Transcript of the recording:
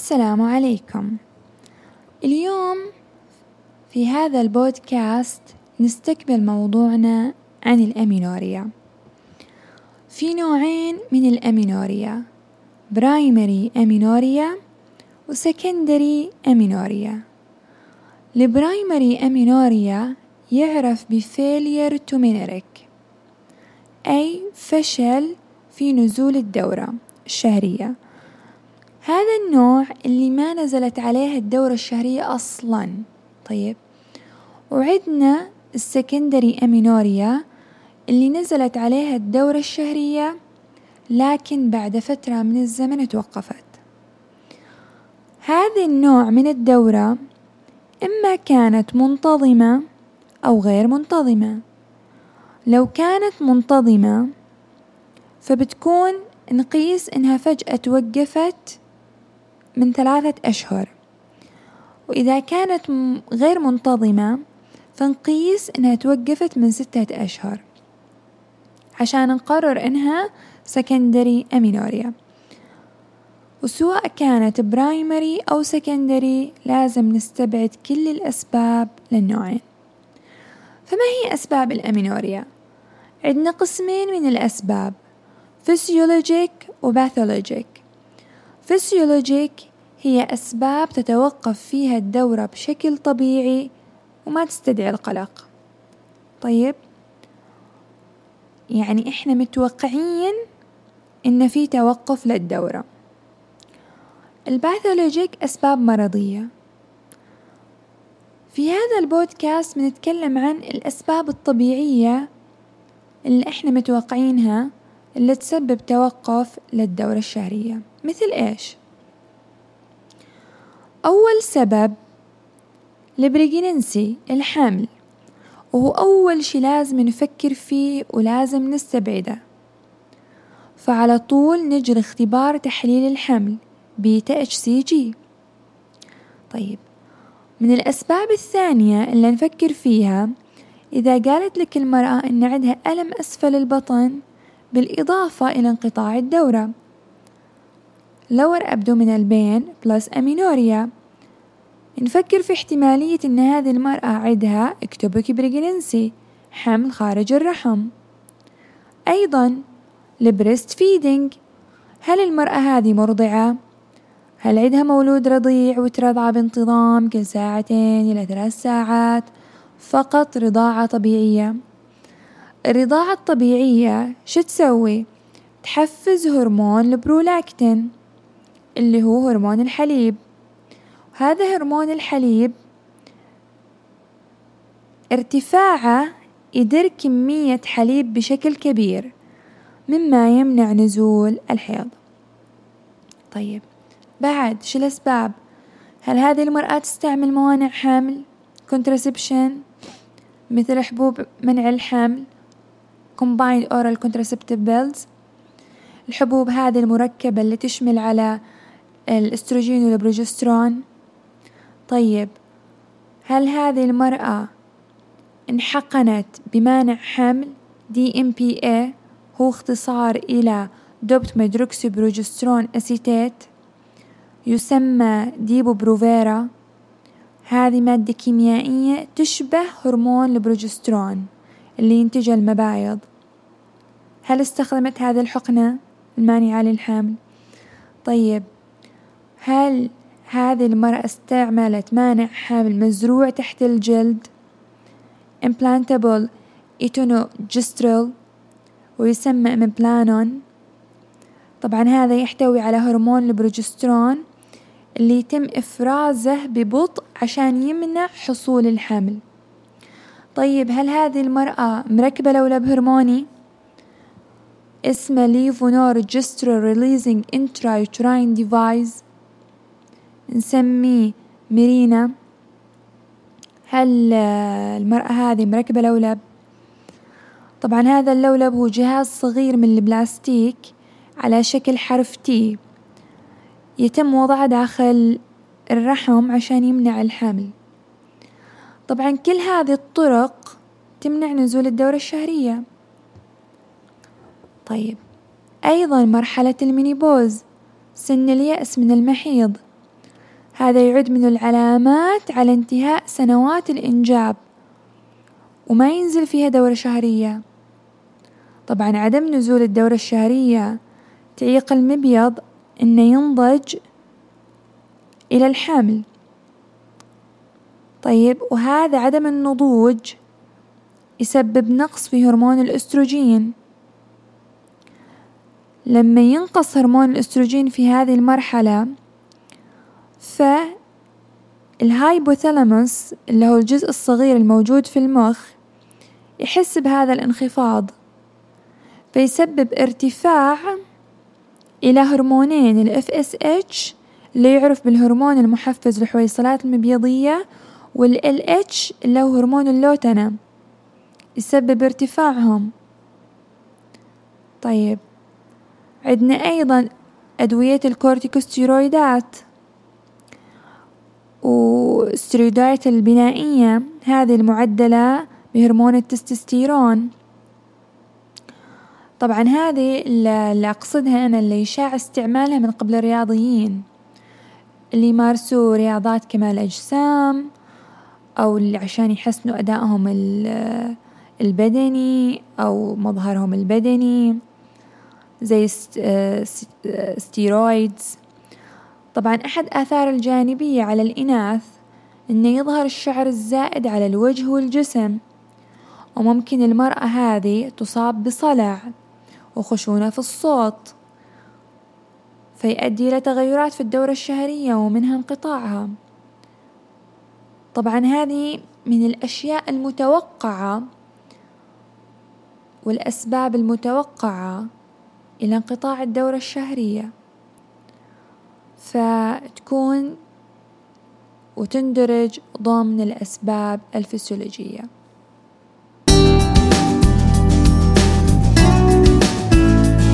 السلام عليكم. اليوم في هذا البودكاست نستكمل موضوعنا عن الأمينوريا. في نوعين من الأمينوريا، برايمري أمينوريا وسكندري أمينوريا. البرايمري أمينوريا يعرف بفيلير تو مينريك، أي فشل في نزول الدورة الشهرية. هذا النوع اللي ما نزلت عليه الدورة الشهرية أصلاً. طيب، وعدنا السكندري أمينوريا اللي نزلت عليها الدورة الشهرية لكن بعد فترة من الزمن توقفت. هذا النوع من الدورة إما كانت منتظمة أو غير منتظمة. لو كانت منتظمة فبتكون نقيس إنها فجأة توقفت من 3 أشهر، وإذا كانت غير منتظمة فنقيس إنها توقفت من 6 أشهر عشان نقرر إنها سكندري أمينوريا. وسواء كانت برايمري أو سكندري لازم نستبعد كل الأسباب للنوعين. فما هي أسباب الأمينوريا؟ عندنا قسمين من الأسباب، فيسيولوجيك وباثولوجيك. فيسيولوجيك هي أسباب تتوقف فيها الدورة بشكل طبيعي وما تستدعي القلق. طيب، يعني إحنا متوقعين إن في توقف للدورة. الباثولوجيك أسباب مرضية. في هذا البودكاست بنتكلم عن الأسباب الطبيعية اللي إحنا متوقعينها اللي تسبب توقف للدورة الشهرية. مثل إيش؟ أول سبب البريجننسي، الحمل، وهو أول شي لازم نفكر فيه ولازم نستبعده. فعلى طول نجري اختبار تحليل الحمل بيتا HCG. طيب، من الأسباب الثانية اللي نفكر فيها إذا قالت لك المرأة إن عندها ألم أسفل البطن بالإضافة إلى انقطاع الدورة، lower abdominal pain plus amenorrhea، نفكر في احتمالية إن هذه المرأة عندها ectopic pregnancy، حمل خارج الرحم. أيضا البريست فيدينج، هل المرأة هذه مرضعة؟ هل عندها مولود رضيع وترضع بانتظام كل 2 إلى 3 ساعات فقط رضاعة طبيعية؟ الرضاعة الطبيعية شو تسوي؟ تحفز هرمون البرولاكتين اللي هو هرمون الحليب. هذا هرمون الحليب ارتفاعه يدر كمية حليب بشكل كبير مما يمنع نزول الحيض. طيب، بعد شو الأسباب؟ هل هذه المرأة تستعمل موانع حمل contraception مثل حبوب منع الحمل combined oral contraceptive pills؟ الحبوب هذه المركبة اللي تشمل على الاستروجين والبروجسترون. طيب، هل هذه المرأة انحقنت بمانع حمل DMPA، هو اختصار إلى دوبت ميدروكسي بروجسترون أسيتات، يسمى ديبو بروفيرا. هذه مادة كيميائية تشبه هرمون البروجسترون اللي ينتج المبايض. هل استخدمت هذه الحقنة المانعة للحمل؟ طيب، هل هذه المرأة استعملت مانع حمل مزروع تحت الجلد implantable etonogestrel ويسمى مبلانون؟ طبعا هذا يحتوي على هرمون البروجسترون اللي يتم إفرازه ببطء عشان يمنع حصول الحمل. طيب، هل هذه المرأة مركبة لولب هرموني اسمه ليفونورجسترال ريليزنج intrauterine ديفايس نسميه ميرينا؟ هل المرأة هذه مركبة لولب؟ طبعا هذا اللولب هو جهاز صغير من البلاستيك على شكل حرف T، يتم وضعه داخل الرحم عشان يمنع الحمل. طبعا كل هذه الطرق تمنع نزول الدورة الشهرية. طيب، أيضا مرحلة المينيبوز، سن اليأس من المحيض، هذا يعد من العلامات على انتهاء سنوات الإنجاب وما ينزل فيها دورة شهرية. طبعا عدم نزول الدورة الشهرية تعيق المبيض إنه ينضج إلى الحمل. طيب، وهذا عدم النضوج يسبب نقص في هرمون الأستروجين. لما ينقص هرمون الأستروجين في هذه المرحلة، فالهايبوثالاموس اللي هو الجزء الصغير الموجود في المخ يحس بهذا الانخفاض، فيسبب ارتفاع إلى هرمونين ال FSH اللي يعرف بالهرمون المحفز للحويصلات المبيضية، وال LH اللي هو هرمون اللوتنة، يسبب ارتفاعهم. طيب، عندنا أيضا أدوية الكورتيكوستيرويدات والستيرويدات البنائية، هذه المعدلة بهرمون التستوستيرون. طبعا هذه اللي أقصدها أنا اللي يشاع استعمالها من قبل الرياضيين اللي يمارسوا رياضات كمال الأجسام، أو اللي عشان يحسنوا أدائهم البدني أو مظهرهم البدني، زي ستيرويدز. طبعا أحد آثار الجانبية على الإناث إنه يظهر الشعر الزائد على الوجه والجسم، وممكن المرأة هذه تصاب بصلع وخشونة في الصوت، فيؤدي إلى تغيرات في الدورة الشهرية ومنها انقطاعها. طبعا هذه من الأشياء المتوقعة والأسباب المتوقعة إلى انقطاع الدورة الشهرية، فتكون وتندرج ضمن الأسباب الفسيولوجية.